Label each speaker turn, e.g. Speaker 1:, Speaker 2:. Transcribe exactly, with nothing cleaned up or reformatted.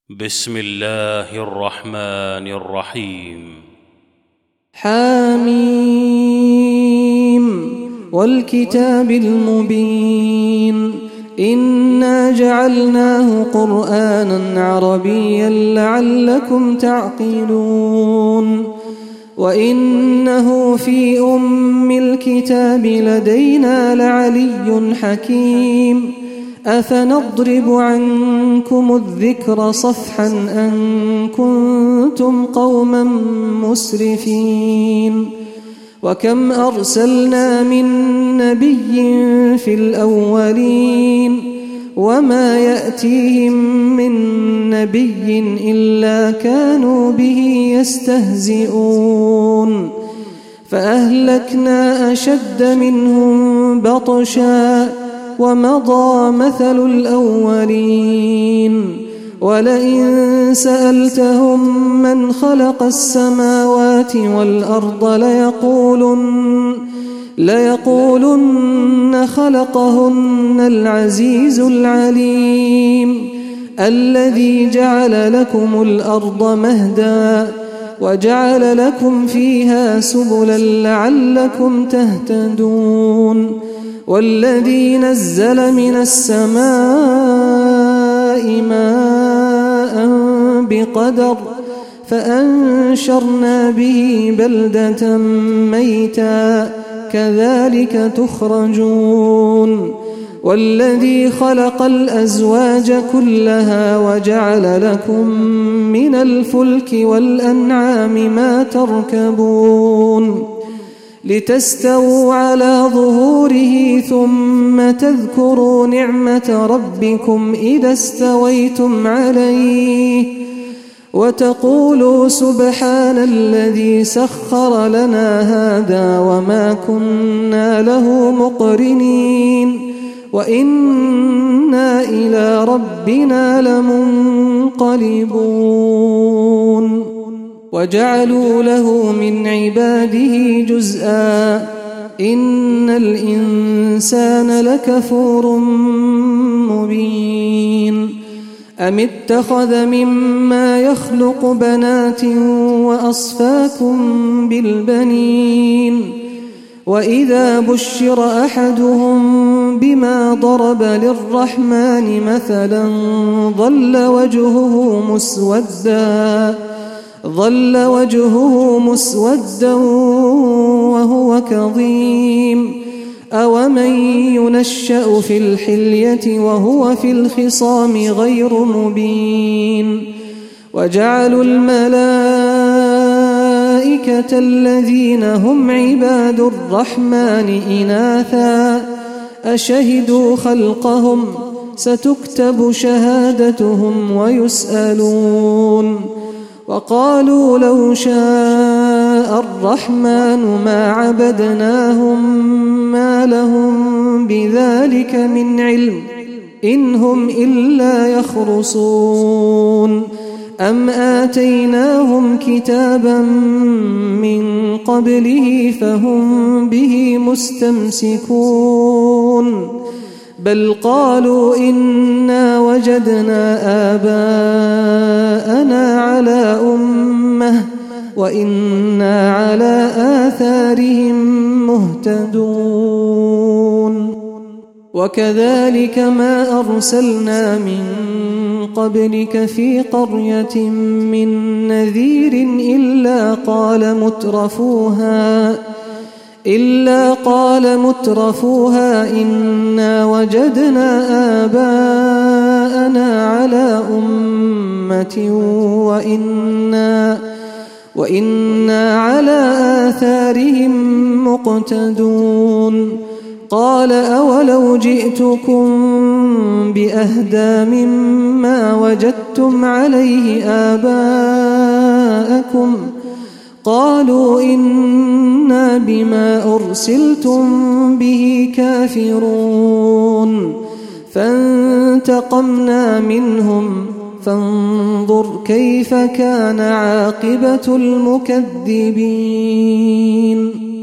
Speaker 1: بسم الله الرحمن الرحيم.
Speaker 2: حاميم والكتاب المبين إنا جعلناه قرآنا عربيا لعلكم تعقلون وإنه في أم الكتاب لدينا لعلي حكيم أفنضرب عنكم الذكر صفحا أن كنتم قوما مسرفين وكم أرسلنا من نبي في الأولين وما يأتيهم من نبي إلا كانوا به يستهزئون فأهلكنا أشد منهم بطشا ومضى مثل الأولين ولئن سألتهم من خلق السماوات والأرض ليقولن, ليقولن خلقهن العزيز العليم الذي جعل لكم الأرض مهدا وجعل لكم فيها سبلا لعلكم تهتدون والذي نزل من السماء ماء بقدر فأنشرنا به بلدة ميتا كذلك تخرجون والذي خلق الأزواج كلها وجعل لكم من الفلك والأنعام ما تركبون لتستووا على ظهوره ثم تذكروا نعمة ربكم إذا استويتم عليه وتقولوا سبحان الذي سخر لنا هذا وما كنا له مقرنين وإنا إلى ربنا لمنقلبون وجعلوا له من عباده جزءا إن الإنسان لكفور مبين أم اتخذ مما يخلق بنات وأصفاكم بالبنين وإذا بشر أحدهم بما ضرب للرحمن مثلا ظل وجهه مسودا ظل وجهه مسودا وهو كظيم أومن ينشأ في الحلية وهو في الخصام غير مبين وجعلوا الملائكة الذين هم عباد الرحمن إناثا أشهدوا خلقهم ستكتب شهادتهم ويسألون وقالوا لو شاء الرحمن ما عبدناهم ما لهم بذلك من علم إن هم إلا يخرصون أم آتيناهم كتابا من قبله فهم به مستمسكون بل قالوا إنا وجدنا آباءنا على أمة وإنا على آثارهم مهتدون وكذلك ما أرسلنا من قبلك في قرية من نذير إلا قال مترفوها إلا قال مترفوها إنا وجدنا آباءنا على أمة وإنا, وإنا على آثارهم مقتدون قال أولو جئتكم بأهدى مما وجدتم عليه آباءكم قالوا إنا بما أرسلتم به كافرون فانتقمنا منهم فانظر كيف كان عاقبة المكذبين.